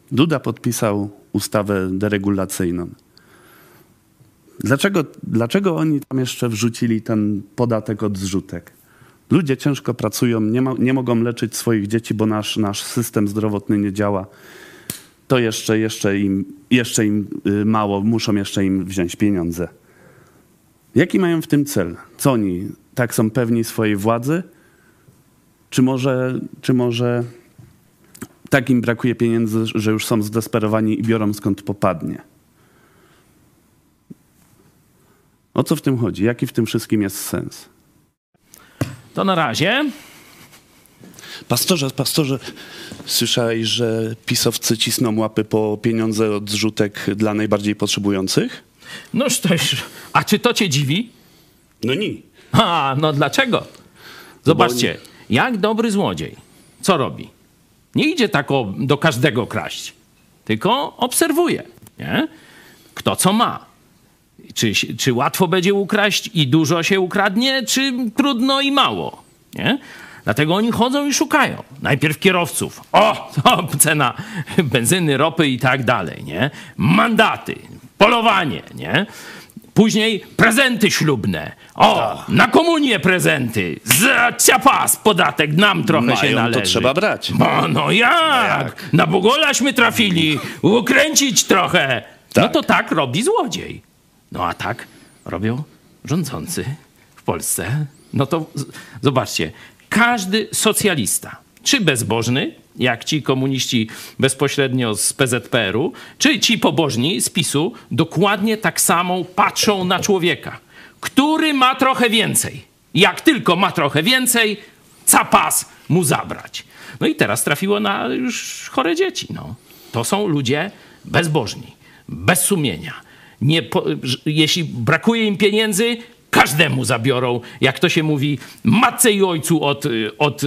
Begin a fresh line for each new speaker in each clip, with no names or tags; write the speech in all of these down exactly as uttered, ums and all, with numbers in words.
Duda podpisał ustawę deregulacyjną. Dlaczego, dlaczego oni tam jeszcze wrzucili ten podatek od zrzutek? Ludzie ciężko pracują, nie, ma, nie mogą leczyć swoich dzieci, bo nasz, nasz system zdrowotny nie działa. To jeszcze, jeszcze, im, jeszcze im mało, muszą jeszcze im wziąć pieniądze. Jaki mają w tym cel? Co oni tak są pewni swojej władzy? Czy może, czy może tak im brakuje pieniędzy, że już są zdesperowani i biorą skąd popadnie? O co w tym chodzi? Jaki w tym wszystkim jest sens?
To na razie.
Pastorze, pastorze, słyszałeś, że pisowcy cisną łapy po pieniądze od zrzutek dla najbardziej potrzebujących?
Noż to już... A czy to cię dziwi?
No nie.
A, no dlaczego? Zobaczcie,
oni...
jak dobry złodziej. Co robi? Nie idzie tak o, do każdego kraść, tylko obserwuje, nie? Kto co ma. Czy, czy łatwo będzie ukraść i dużo się ukradnie, czy trudno i mało, nie? Dlatego oni chodzą i szukają. Najpierw kierowców. O, to cena benzyny, ropy i tak dalej, nie? Mandaty, polowanie, nie? Później prezenty ślubne. O, na komunię prezenty. Za ciapas podatek nam trochę
Mają,
się należy.
to trzeba brać.
No, no jak?
No jak?
Na Bogolaśmy trafili. Ukręcić trochę.
Tak.
No to tak robi złodziej. No a tak robią rządzący w Polsce. No to z- zobaczcie. Każdy socjalista, czy bezbożny, jak ci komuniści bezpośrednio z P Z P R u, czy ci pobożni z PiSu, dokładnie tak samo patrzą na człowieka, który ma trochę więcej. Jak tylko ma trochę więcej, capas mu zabrać. No i teraz trafiło na już chore dzieci. No. To są ludzie bezbożni, bez sumienia. Nie po, jeśli brakuje im pieniędzy, każdemu zabiorą, jak to się mówi, matce i ojcu od, od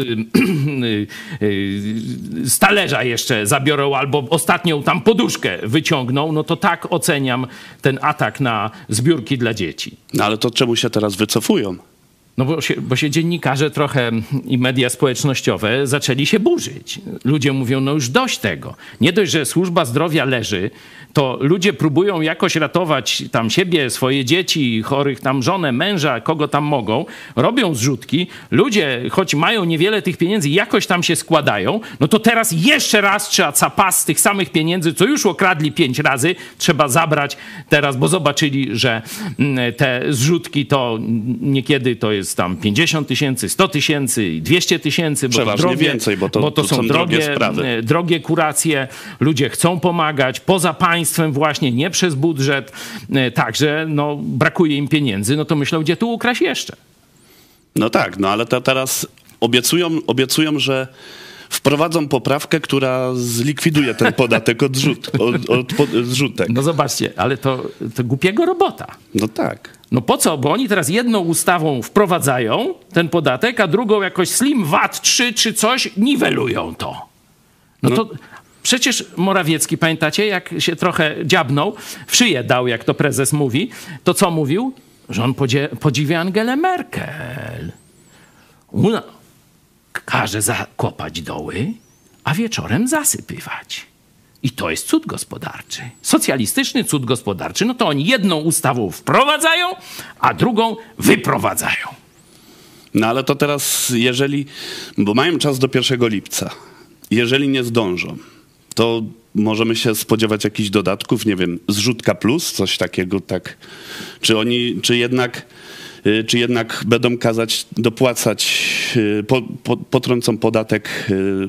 z talerza jeszcze zabiorą, albo ostatnią tam poduszkę wyciągną, no to tak oceniam ten atak na zbiórki dla dzieci.
No ale to czemu się teraz wycofują?
No bo się, bo się dziennikarze trochę i media społecznościowe zaczęli się burzyć. Ludzie mówią, no już dość tego. Nie dość, że służba zdrowia leży, to ludzie próbują jakoś ratować tam siebie, swoje dzieci, chorych tam żonę, męża, kogo tam mogą. Robią zrzutki. Ludzie, choć mają niewiele tych pieniędzy, jakoś tam się składają. No to teraz jeszcze raz trzeba capas z tych samych pieniędzy, co już okradli pięć razy, trzeba zabrać teraz, bo zobaczyli, że te zrzutki to niekiedy to jest tam pięćdziesiąt tysięcy, sto tysięcy, dwieście tysięcy.
Przeważnie drogie, więcej, bo to,
bo to,
to
są,
są
drogie,
drogie sprawy.
Drogie kuracje. Ludzie chcą pomagać poza państwem właśnie, nie przez budżet. Także no, brakuje im pieniędzy. No to myślą, gdzie tu ukraść jeszcze.
No tak, no ale to teraz obiecują, obiecują, że wprowadzą poprawkę, która zlikwiduje ten podatek od, rzut, od, od, od zrzutek.
No zobaczcie, ale to, to głupiego robota.
No tak.
No po co? Bo oni teraz jedną ustawą wprowadzają ten podatek, a drugą jakoś Slim V A T trzy czy coś niwelują to. No, no. to przecież Morawiecki, pamiętacie, jak się trochę dziabnął, w szyję dał, jak to prezes mówi, to co mówił? Że on podzie- podziwia Angelę Merkel. Una każe zakopać doły, a wieczorem zasypywać. I to jest cud gospodarczy. Socjalistyczny cud gospodarczy. No to oni jedną ustawą wprowadzają, a drugą wyprowadzają.
No ale to teraz, jeżeli, bo mają czas do pierwszego lipca, jeżeli nie zdążą, to możemy się spodziewać jakichś dodatków, nie wiem, zrzutka plus, coś takiego, tak. Czy oni, czy jednak, czy jednak będą kazać dopłacać, po, po, potrącą podatek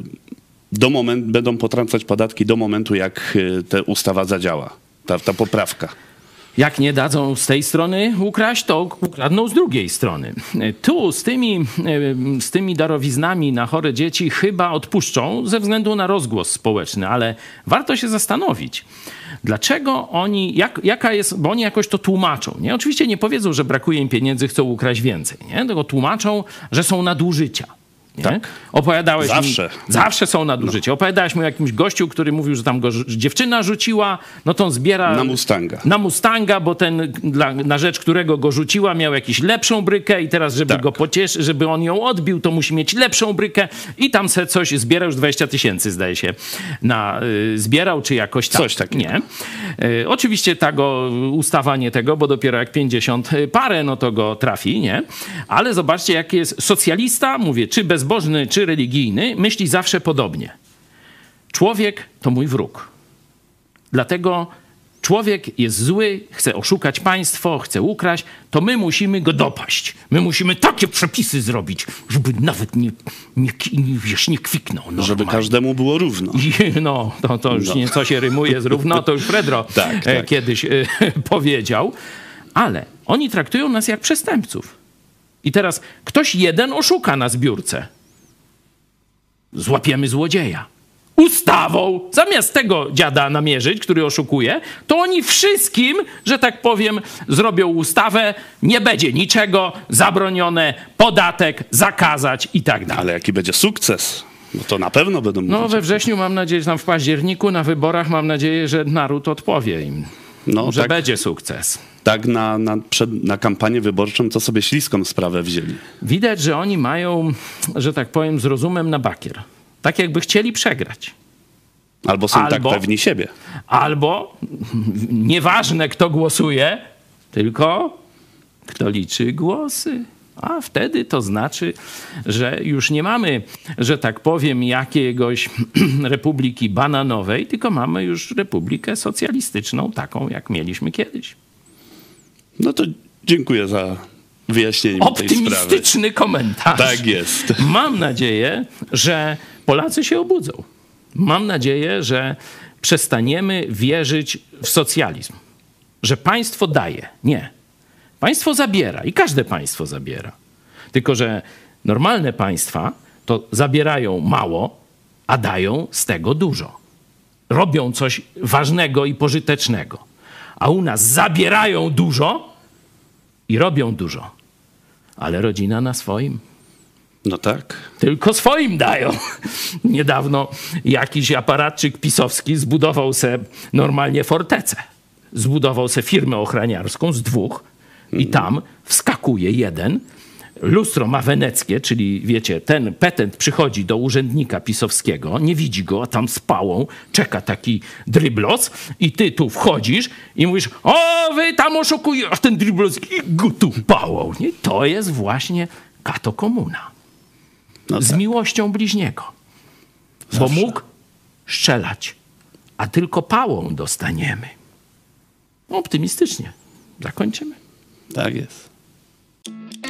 do momentu, będą potrącać podatki do momentu, jak ta ustawa zadziała, ta, ta poprawka.
Jak nie dadzą z tej strony ukraść, to ukradną z drugiej strony. Tu z tymi, z tymi darowiznami na chore dzieci chyba odpuszczą ze względu na rozgłos społeczny, ale warto się zastanowić, dlaczego oni, jak, jaka jest, bo oni jakoś to tłumaczą. Nie? Oczywiście nie powiedzą, że brakuje im pieniędzy, chcą ukraść więcej, nie? Tylko tłumaczą, że są nadużycia. Nie?
Tak.
Opowiadałeś
Zawsze.
Mi, zawsze są nadużycia. No. Opowiadałeś mi o jakimś gościu, który mówił, że tam go dziewczyna rzuciła, no to on zbiera...
Na Mustanga.
Na Mustanga, bo ten, dla, na rzecz którego go rzuciła, miał jakąś lepszą brykę i teraz, żeby
Tak.
go pocieszyć, żeby on ją odbił, to musi mieć lepszą brykę i tam se coś zbiera, już dwadzieścia tysięcy zdaje się, na, y, zbierał, czy jakoś tak.
Coś takiego.
Nie. Y, oczywiście tego ustawa nie tego, bo dopiero jak pięćdziesiąt parę, no to go trafi, nie? Ale zobaczcie, jaki jest socjalista, mówię, czy bezbożny, czy religijny, myśli zawsze podobnie. Człowiek to mój wróg. Dlatego człowiek jest zły, chce oszukać państwo, chce ukraść, to my musimy go dopaść. My musimy takie przepisy zrobić, żeby nawet nie, nie, nie, wiesz, nie kwiknął. Normalnie.
Żeby każdemu było równo.
I, no, to, to już
No.
nie co się rymuje z równo, to już Fredro
Tak,
e,
tak.
kiedyś e, powiedział. Ale oni traktują nas jak przestępców. I teraz ktoś jeden oszuka na zbiórce. Złapiemy złodzieja. Ustawą, zamiast tego dziada namierzyć, który oszukuje, to oni wszystkim, że tak powiem, zrobią ustawę, nie będzie niczego, zabronione, podatek, zakazać i tak dalej.
Ale jaki będzie sukces? No to na pewno będą mówić.
No we wrześniu mam nadzieję, że tam w październiku na wyborach mam nadzieję, że naród odpowie im,
No,
że
tak,
będzie sukces.
tak na, na, przed, na kampanię wyborczą to sobie śliską sprawę wzięli.
Widać, że oni mają, że tak powiem, z rozumem na bakier. Tak jakby chcieli przegrać.
Albo są
Albo-
tak pewni siebie.
Albo nieważne, kto głosuje, tylko kto liczy głosy. A wtedy to znaczy, że już nie mamy, że tak powiem, jakiegoś republiki bananowej, tylko mamy już republikę socjalistyczną, taką jak mieliśmy kiedyś.
No to dziękuję za wyjaśnienie mi tej sprawy.
Optymistyczny komentarz.
Tak jest.
Mam nadzieję, że Polacy się obudzą. Mam nadzieję, że przestaniemy wierzyć w socjalizm. Że państwo daje. Nie. Państwo zabiera i każde państwo zabiera. Tylko że normalne państwa to zabierają mało, a dają z tego dużo. Robią coś ważnego i pożytecznego. A u nas zabierają dużo i robią dużo. Ale rodzina na swoim.
No tak.
Tylko swoim dają. Niedawno jakiś aparatczyk pisowski zbudował se normalnie fortecę. Zbudował se firmę ochraniarską z dwóch i tam wskakuje jeden. Lustro ma weneckie, czyli wiecie, ten petent przychodzi do urzędnika pisowskiego, nie widzi go, a tam z pałą czeka taki dryblos i ty tu wchodzisz i mówisz, o wy tam oszukujecie, a ten dryblos i go tu pałą. Nie? To jest właśnie katokomuna.
No
Z
tak.
miłością bliźniego. Bo
Zawsze.
mógł strzelać, a tylko pałą dostaniemy. Optymistycznie zakończymy.
Tak jest.